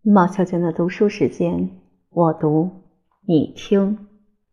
毛小娟的读书时间，我读，你听。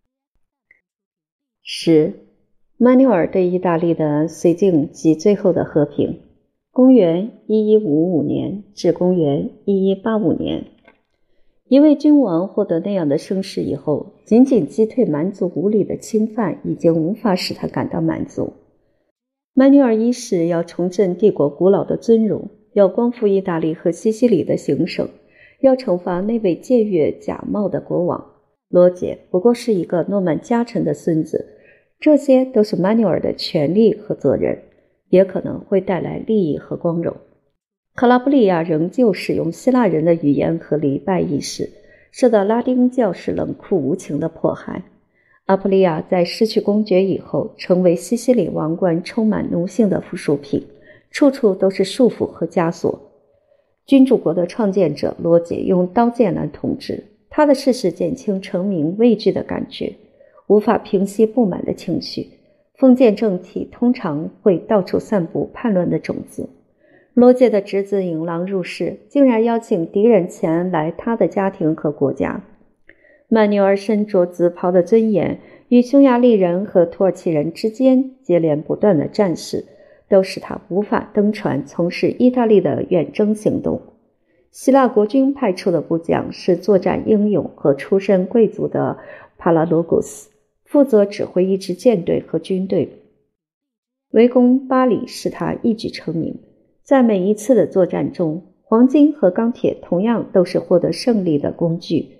曼纽尔对意大利的绥靖及最后的和平，公元1155年至公元1185年。一位君王获得那样的声势以后，仅仅击退蛮族无理的侵犯已经无法使他感到满足。曼纽尔一世要重振帝国古老的尊荣，要光复意大利和西西里的行省，要惩罚那位僭越假冒的国王。罗杰不过是一个诺曼家臣的孙子，这些都是曼纽尔的权利和责任，也可能会带来利益和光荣。卡拉布里亚仍旧使用希腊人的语言和礼拜仪式，受到拉丁教士冷酷无情的迫害。阿普利亚在失去公爵以后，成为西西里王冠充满奴性的附属品，处处都是束缚和枷锁。君主国的创建者罗杰用刀剑来统治，他的事实减轻臣民畏惧的感觉，无法平息不满的情绪。封建政体通常会到处散布叛乱的种子。罗杰的侄子引狼入室，竟然邀请敌人前来他的家庭和国家。曼纽尔身着紫袍的尊严，与匈牙利人和土耳其人之间接连不断的战事，都使他无法登船从事意大利的远征行动。希腊国军派出的部将是作战英勇和出身贵族的帕拉罗古斯，负责指挥一支舰队和军队。围攻巴黎使他一举成名，在每一次的作战中，黄金和钢铁同样都是获得胜利的工具。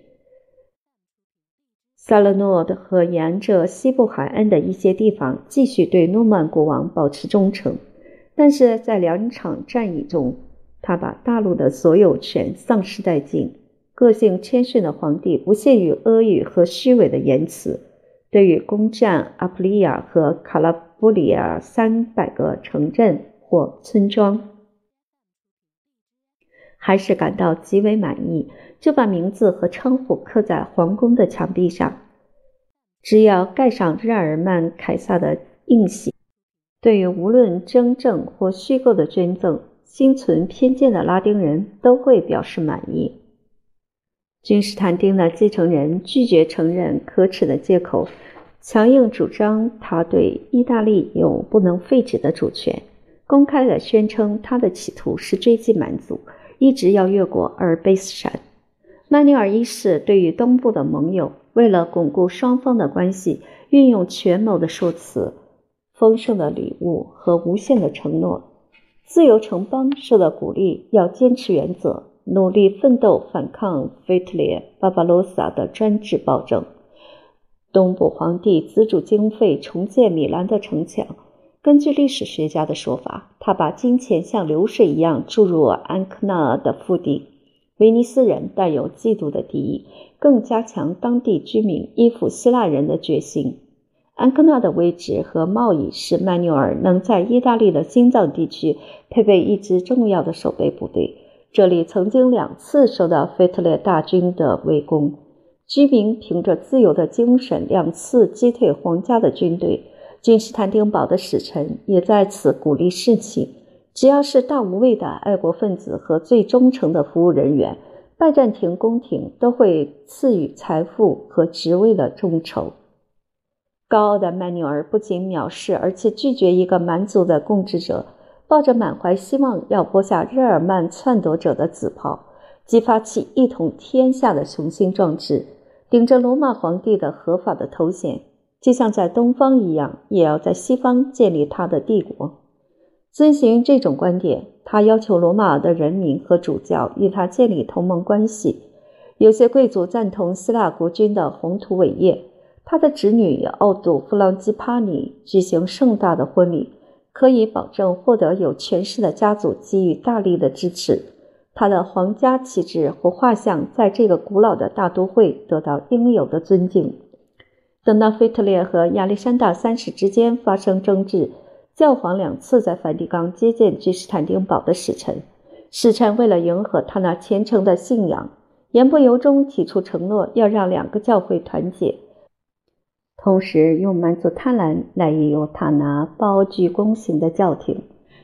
萨勒诺的和沿着西部海岸的一些地方继续对诺曼国王保持忠诚，但是在两场战役中，他把大陆的所有权丧失殆尽。个性谦逊的皇帝不屑于阿谀和虚伪的言辞，对于攻占阿普利亚和卡拉布里亚300个城镇或村庄，还是感到极为满意，就把名字和称呼刻在皇宫的墙壁上。只要盖上日耳曼凯撒的印玺，对于无论真正或虚构的捐赠，心存偏见的拉丁人都会表示满意。君士坦丁的继承人拒绝承认可耻的借口，强硬主张他对意大利有不能废止的主权，公开地宣称他的企图是追击蛮族，一直要越过阿尔卑斯山。曼纽尔一世对于东部的盟友，为了巩固双方的关系，运用权谋的说辞、丰盛的礼物和无限的承诺。自由城邦受到鼓励，要坚持原则，努力奋斗反抗腓特烈巴巴罗萨的专制暴政。东部皇帝资助经费重建米兰的城墙。根据历史学家的说法，他把金钱像流水一样注入安科纳的腹地。威尼斯人带有嫉妒的敌意，更加强当地居民依附希腊人的决心。安科纳的位置和贸易使曼纽尔能在意大利的心脏地区配备一支重要的守备部队，这里曾经2次受到腓特烈大军的围攻。居民凭着自由的精神2次击退皇家的军队。君士坦丁堡的使臣也在此鼓励士气，只要是大无畏的爱国分子和最忠诚的服务人员，拜占庭宫廷都会赐予财富和职位的众筹。高傲的曼纽尔不仅藐视而且拒绝一个蛮族的共治者，抱着满怀希望要剥下日耳曼篡夺者的紫袍，激发起一统天下的雄心壮志，顶着罗马皇帝的合法的头衔，就像在东方一样，也要在西方建立他的帝国。遵循这种观点，他要求罗马的人民和主教与他建立同盟关系。有些贵族赞同希腊国君的宏图伟业，他的侄女奥杜弗朗基帕尼举行盛大的婚礼，可以保证获得有权势的家族给予大力的支持。他的皇家旗帜和画像在这个古老的大都会得到应有的尊敬。等到腓特烈和亚历山大3世之间发生争执，教皇2次在梵蒂冈接见君士坦丁堡的使臣。使臣为了迎合他那虔诚的信仰，言不由衷提出承诺，要让2个教会团结，同时用满足贪婪来引诱他那包居公行的教廷。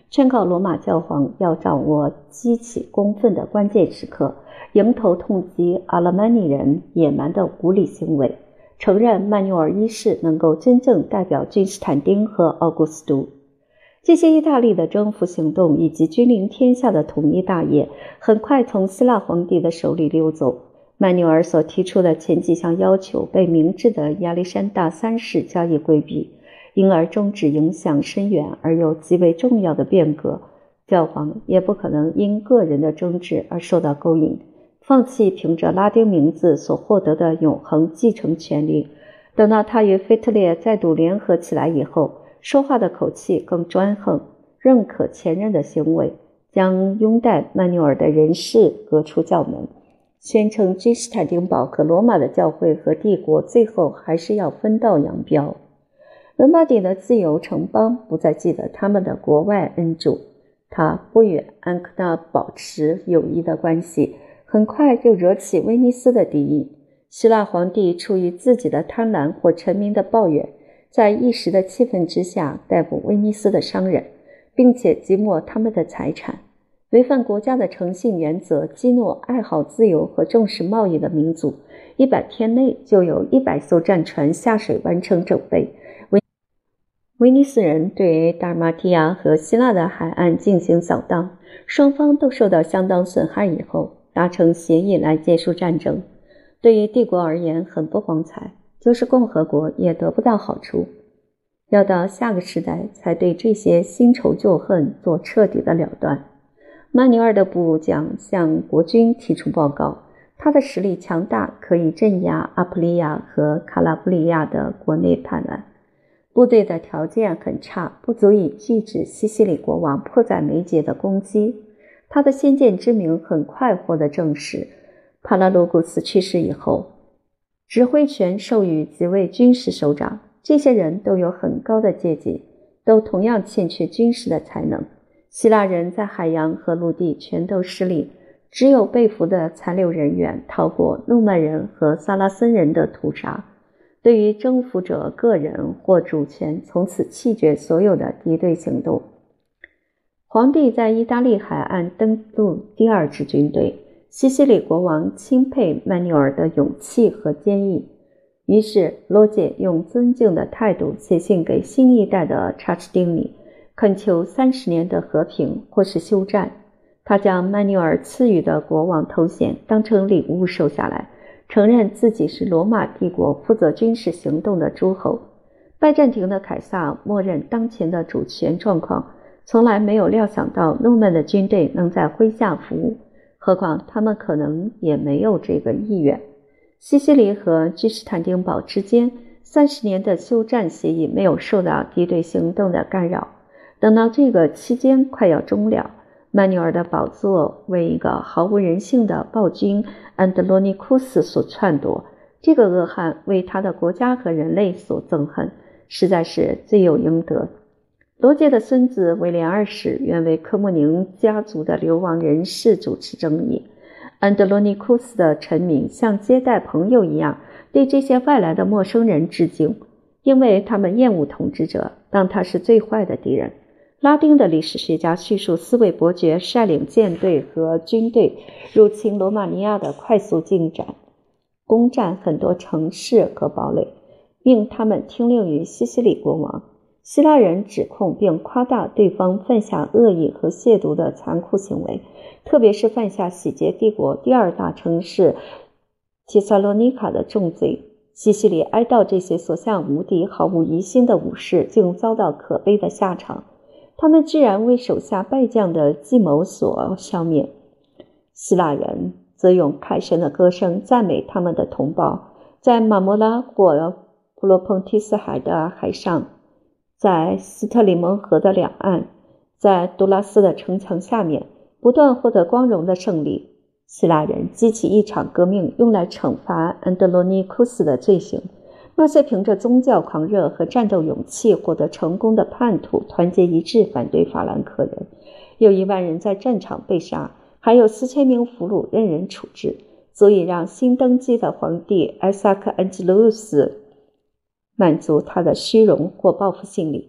劝告罗马教皇要掌握激起公愤的关键时刻，迎头痛击阿拉曼尼人野蛮的无理行为，承认曼纽尔一世能够真正代表君士坦丁和奥古斯都。这些意大利的征服行动以及君临天下的统一大业很快从希腊皇帝的手里溜走。曼纽尔所提出的前几项要求被明智的亚历山大三世加以规避，因而终止影响深远而又极为重要的变革。教皇也不可能因个人的争执而受到勾引，放弃凭着拉丁名字所获得的永恒继承权利。等到他与腓特烈再度联合起来以后，说话的口气更专横，认可前任的行为，将拥戴曼纽尔的人士革出教门，宣称君士坦丁堡和罗马的教会和帝国最后还是要分道扬镳。伦巴第的自由城邦不再记得他们的国外恩主，他不与安科纳保持友谊的关系，很快就惹起威尼斯的敌意。希腊皇帝出于自己的贪婪或臣民的抱怨，在一时的气愤之下逮捕威尼斯的商人，并且击没他们的财产，违反国家的诚信原则，激怒爱好自由和重视贸易的民族。100天内就有100艘战船下水完成整备。威尼斯人对达尔马提亚和希腊的海岸进行扫荡，双方都受到相当损害以后，达成协议来结束战争。对于帝国而言很不光彩，就是共和国也得不到好处。要到下个时代才对这些新仇旧恨做彻底的了断。曼纽尔的部将向国君提出报告，他的实力强大，可以镇压阿普利亚和卡拉布里亚的国内叛乱。部队的条件很差，不足以拒止西西里国王迫在眉睫的攻击。他的先见之明很快获得证实。帕拉罗古斯去世以后，指挥权授予几位军事首长，这些人都有很高的阶级，都同样欠缺军事的才能。希腊人在海洋和陆地全都失利，只有被俘的残留人员逃过诺曼人和萨拉森人的屠杀。对于征服者个人或主权，从此弃绝所有的敌对行动。皇帝在意大利海岸登陆第二支军队，西西里国王钦佩曼纽尔的勇气和坚毅，于是罗杰用尊敬的态度写信给新一代的查士丁尼，恳求30年的和平或是休战。他将曼纽尔赐予的国王头衔当成礼物收下来，承认自己是罗马帝国负责军事行动的诸侯。拜占庭的凯撒默认当前的主权状况，从来没有料想到诺曼的军队能在麾下服务，何况他们可能也没有这个意愿。西西里和君士坦丁堡之间30年的休战协议没有受到敌对行动的干扰。等到这个期间快要终了，曼纽尔的宝座为一个毫无人性的暴君安德罗尼库斯所篡夺，这个恶汉为他的国家和人类所憎恨，实在是罪有应得。罗杰的孙子威廉二世原为科莫宁家族的流亡人士主持正义。安德罗尼库斯的臣民像接待朋友一样对这些外来的陌生人致敬，因为他们厌恶统治者，当他是最坏的敌人。拉丁的历史学家叙述四位伯爵率领舰队和军队入侵罗马尼亚的快速进展，攻占很多城市和堡垒，命他们听令于西西里国王。希腊人指控并夸大对方犯下恶意和亵渎的残酷行为，特别是犯下洗劫帝国第二大城市提萨罗尼卡的重罪。西西里哀悼这些所向无敌、毫无疑心的武士竟遭到可悲的下场，他们居然为手下败将的计谋所消灭。希腊人则用开声的歌声赞美他们的同胞，在马莫拉或普罗蓬提斯海的海上，在斯特里蒙河的两岸，在杜拉斯的城墙下面不断获得光荣的胜利。希腊人激起一场革命，用来惩罚安德罗尼库斯的罪行。那些凭着宗教狂热和战斗勇气获得成功的叛徒团结一致反对法兰克人，有1万人在战场被杀，还有4000名俘虏任人处置，足以让新登基的皇帝埃萨克安吉鲁斯满足他的虚荣或报复心理。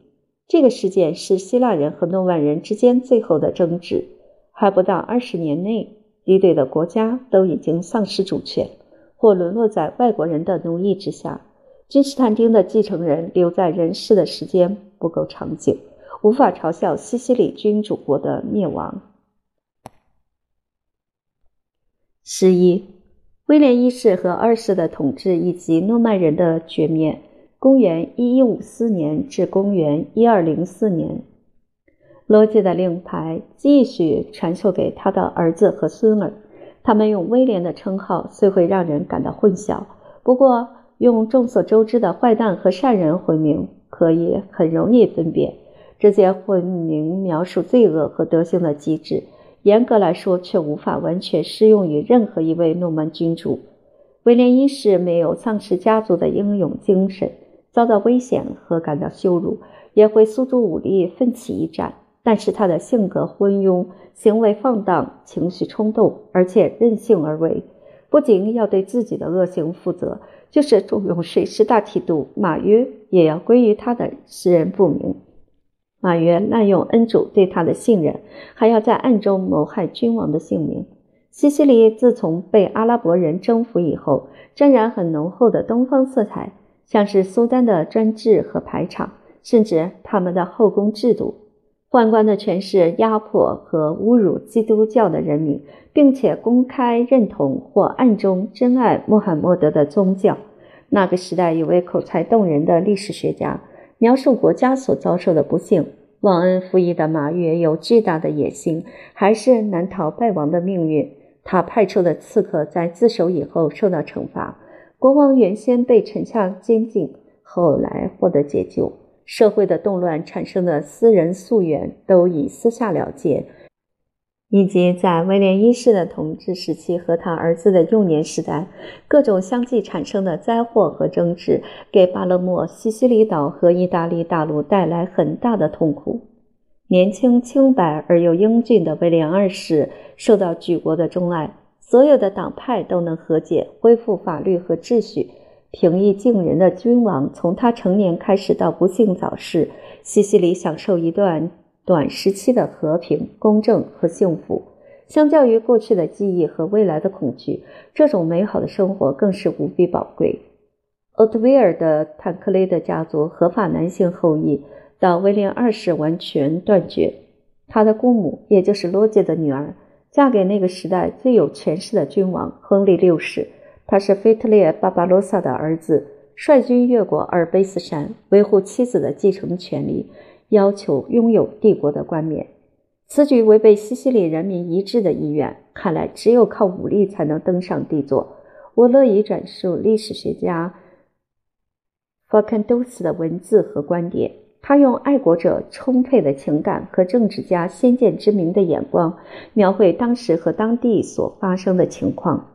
这个事件是希腊人和诺曼人之间最后的争执，还不到20年内，敌对的国家都已经丧失主权，或沦落在外国人的奴役之下。君士坦丁的继承人留在人世的时间不够长久，无法嘲笑西西里君主国的灭亡。11. 威廉一世和二世的统治以及诺曼人的绝灭，公元1154年至公元1204年。罗杰的令牌继续传授给他的儿子和孙儿，他们用威廉的称号虽会让人感到混淆，不过用众所周知的坏蛋和善人混名可以很容易分辨。这些混名描述罪恶和德行的机制，严格来说却无法完全适用于任何一位诺曼君主。威廉一世没有丧失家族的英勇精神，遭到危险和感到羞辱，也会诉诸武力奋起一战，但是他的性格昏庸，行为放荡，情绪冲动，而且任性而为。不仅要对自己的恶行负责，就是重用水师大提督马约也要归于他的识人不明。马约滥用恩主对他的信任，还要在暗中谋害君王的性命。西西里自从被阿拉伯人征服以后，沾染很浓厚的东方色彩，像是苏丹的专制和排场，甚至他们的后宫制度。宦官的权势压迫和侮辱基督教的人民，并且公开认同或暗中珍爱穆罕默德的宗教。那个时代有位口才动人的历史学家，描述国家所遭受的不幸。忘恩负义的马约有巨大的野心，还是难逃败亡的命运。他派出的刺客在自首以后受到惩罚，国王原先被沉下监禁，后来获得解救。社会的动乱产生的私人夙愿都以私下了结，以及在威廉一世的统治时期和他儿子的幼年时代，各种相继产生的灾祸和争执，给巴勒莫、西西里岛和意大利大陆带来很大的痛苦。年轻清白而又英俊的威廉二世受到举国的钟爱，所有的党派都能和解，恢复法律和秩序。平易近人的君王从他成年开始到不幸早逝，西西里享受一段短时期的和平、公正和幸福。相较于过去的记忆和未来的恐惧，这种美好的生活更是无比宝贵。欧特维尔的坦克雷德家族合法男性后裔到威廉二世完全断绝。他的姑母，也就是罗杰的女儿，嫁给那个时代最有权势的君王亨利六世。他是腓特烈·巴巴罗萨的儿子，率军越过阿尔卑斯山，维护妻子的继承权利，要求拥有帝国的冠冕。此举违背西西里人民一致的意愿，看来只有靠武力才能登上帝座。我乐意转述历史学家法坎多斯的文字和观点，他用爱国者充沛的情感和政治家先见之明的眼光，描绘当时和当地所发生的情况。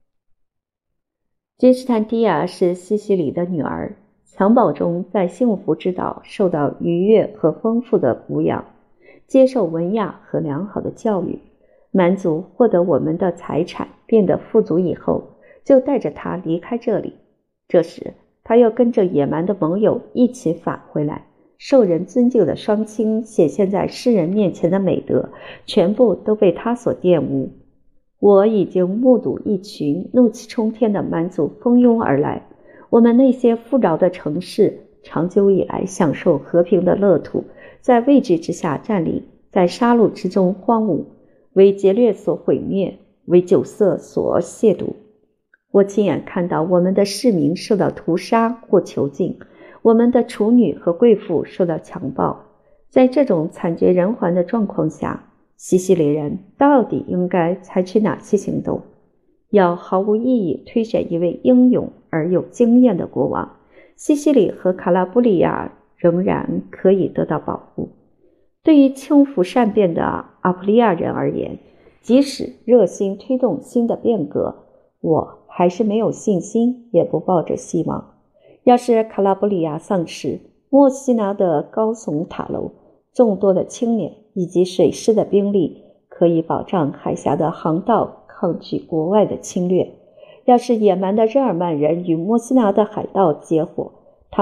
君士坦蒂亚是西西里的女儿，襁褓中在幸福之岛受到愉悦和丰富的抚养，接受文雅和良好的教育。蛮族获得我们的财产，变得富足以后，就带着他离开这里。这时他又跟着野蛮的盟友一起返回来，受人尊敬的双亲显现在世人面前的美德，全部都被他所玷污。我已经目睹一群怒气冲天的蛮族蜂拥而来，我们那些富饶的城市长久以来享受和平的乐土，在位置之下站立，在杀戮之中荒芜，为劫掠所毁灭，为酒色所亵渎。我亲眼看到我们的市民受到屠杀或囚禁，我们的处女和贵妇受到强暴。在这种惨绝人寰的状况下，西西里人到底应该采取哪些行动？要毫无意义推选一位英勇而有经验的国王，西西里和卡拉布里亚仍然可以得到保护。对于轻浮善变的阿普利亚人而言，即使热心推动新的变革，我还是没有信心，也不抱着希望。要是卡拉布里亚丧失，墨西拿的高耸塔楼、众多的青年以及水师的兵力，可以保障海峡的航道，抗拒国外的侵略。要是野蛮的日耳曼人与墨西拿的海盗结伙，他们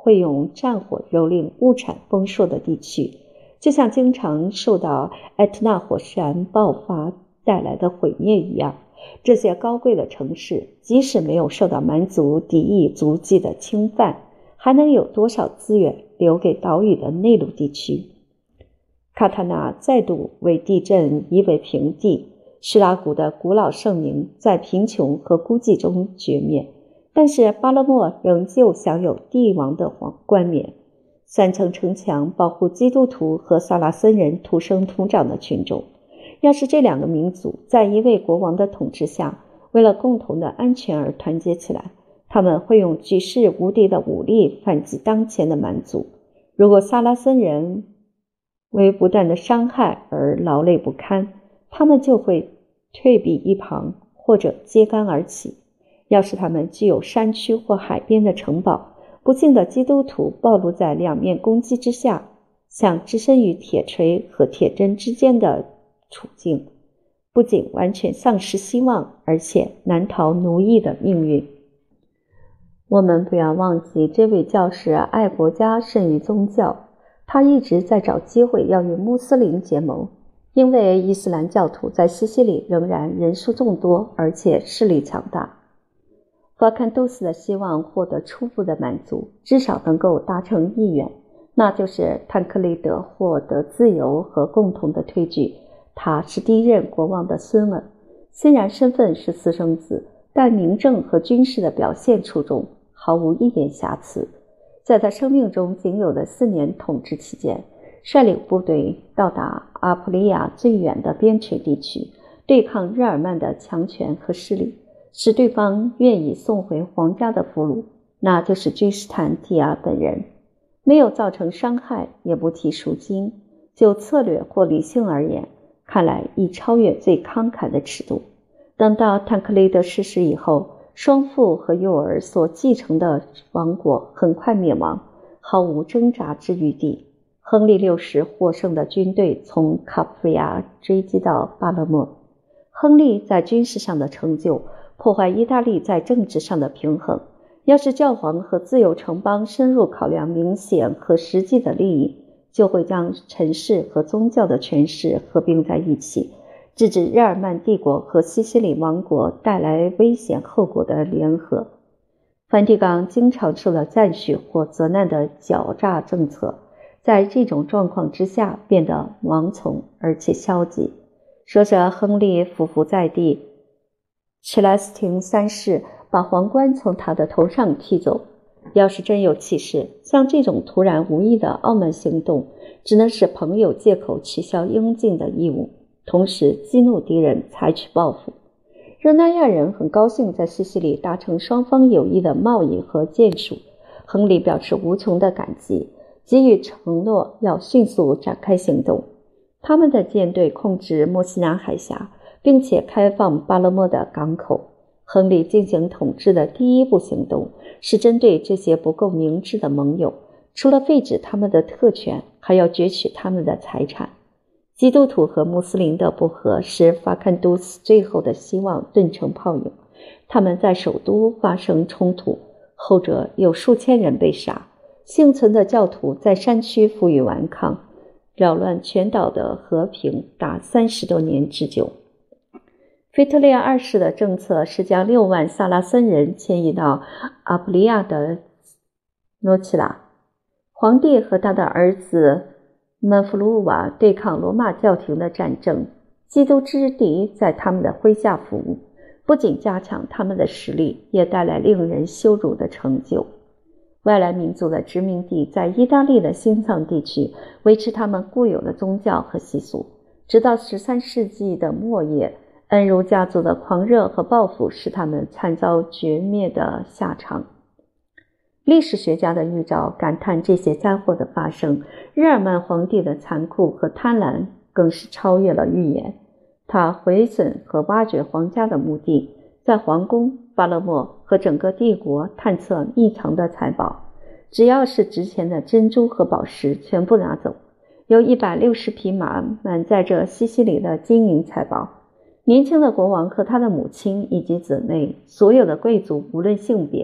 会用战火蹂躏物产丰硕的地区，就像经常受到埃特纳火山爆发带来的毁灭一样。这些高贵的城市即使没有受到蛮族敌意足迹的侵犯，还能有多少资源留给岛屿的内陆地区？卡塔纳再度为地震夷为平地，施拉古的古老盛名在贫穷和孤寂中绝灭，但是巴勒莫仍旧享有帝王的冠冕。3层城墙保护基督徒和萨拉森人土生土长的群众。要是这两个民族在一位国王的统治下，为了共同的安全而团结起来，他们会用举世无敌的武力反击当前的蛮族。如果萨拉森人为不断的伤害而劳累不堪，他们就会退避一旁或者揭竿而起。要是他们具有山区或海边的城堡，不幸的基督徒暴露在两面攻击之下，像置身于铁锤和铁针之间的处境，不仅完全丧失希望，而且难逃奴役的命运。我们不要忘记，这位教士爱国家甚于宗教，他一直在找机会要与穆斯林结盟，因为伊斯兰教徒在西西里仍然人数众多，而且势力强大。法坎杜斯的希望获得初步的满足，至少能够达成意愿，那就是坦克利德获得自由和共同的推举。他是第一任国王的孙儿，虽然身份是私生子，但民政和军事的表现出众，毫无一点瑕疵。在他生命中仅有的4年统治期间，率领部队到达阿普利亚最远的边陲地区，对抗日耳曼的强权和势力，使对方愿意送回皇家的俘虏，那就是君士坦蒂亚本人。没有造成伤害，也不提赎金，就策略或理性而言，看来已超越最慷慨的尺度。等到坦克利德逝世以后，双父和幼儿所继承的王国很快灭亡，毫无挣扎之余地。亨利6世获胜的军队从卡普里亚追击到巴勒莫。亨利在军事上的成就破坏意大利在政治上的平衡。要是教皇和自由城邦深入考量明显和实际的利益，就会将尘世和宗教的权势合并在一起，制止日耳曼帝国和西西里王国带来危险后果的联合。梵蒂冈经常受到赞许或责难的狡诈政策，在这种状况之下变得盲从而且消极。说着，亨利匍匐在地，切莱斯廷3世把皇冠从他的头上踢走。要是真有其事，像这种突然无意的傲慢行动，只能使朋友借口取消应尽的义务，同时激怒敌人采取报复。热那亚人很高兴在西西里达成双方有益的贸易和建树，亨利表示无穷的感激，给予承诺要迅速展开行动。他们的舰队控制墨西拿海峡，并且开放巴勒莫的港口。亨利进行统治的第一步行动是针对这些不够明智的盟友，除了废止他们的特权，还要攫取他们的财产。基督徒和穆斯林的不和使法坎杜斯最后的希望顿成泡影，他们在首都发生冲突，后者有数千人被杀，幸存的教徒在山区负隅顽抗，扰乱全岛的和平达30多年之久。腓特烈2世的政策是将6万萨拉森人迁移到阿普利亚的诺奇拉。皇帝和他的儿子曼弗鲁瓦对抗罗马教廷的战争，基督之敌在他们的麾下服务，不仅加强他们的实力，也带来令人羞辱的成就。外来民族的殖民地在意大利的心脏地区维持他们固有的宗教和习俗，直到13世纪的末叶，恩儒家族的狂热和报复使他们惨遭绝灭的下场。历史学家的预兆感叹这些灾祸的发生，日耳曼皇帝的残酷和贪婪更是超越了预言。他毁损和挖掘皇家的目的，在皇宫、巴勒莫和整个帝国探测匿藏的财宝，只要是值钱的珍珠和宝石全部拿走。有160匹马满载着西西里的金银财宝。年轻的国王和他的母亲以及姊妹，所有的贵族无论性别，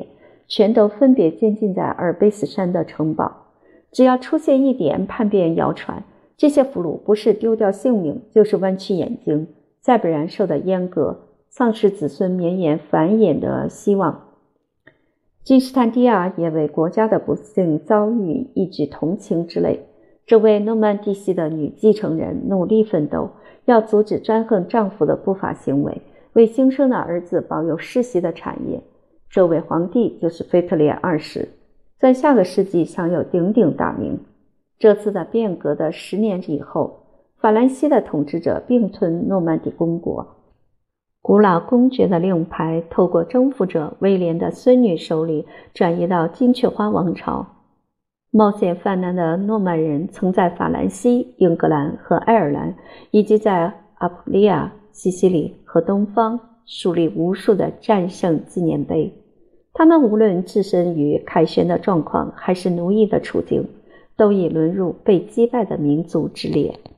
全都分别监禁在阿尔卑斯山的城堡。只要出现一点叛变谣传，这些俘虏不是丢掉性命，就是弯曲眼睛，再不然受到阉割，丧失子孙绵延繁衍的希望。君士坦蒂亚也为国家的不幸遭遇一举同情之泪。这位诺曼底系的女继承人努力奋斗，要阻止专横丈夫的不法行为，为新生的儿子保有世袭的产业。这位皇帝就是腓特烈二世，在下个世纪享有鼎鼎大名。这次的变革的10年以后，法兰西的统治者并吞诺曼底公国，古老公爵的令牌透过征服者威廉的孙女手里转移到金雀花王朝。冒险犯难的诺曼人曾在法兰西、英格兰和爱尔兰，以及在阿普利亚、西西里和东方树立无数的战胜纪念碑。他们无论置身于凯旋的状况，还是奴役的处境，都已沦入被击败的民族之列。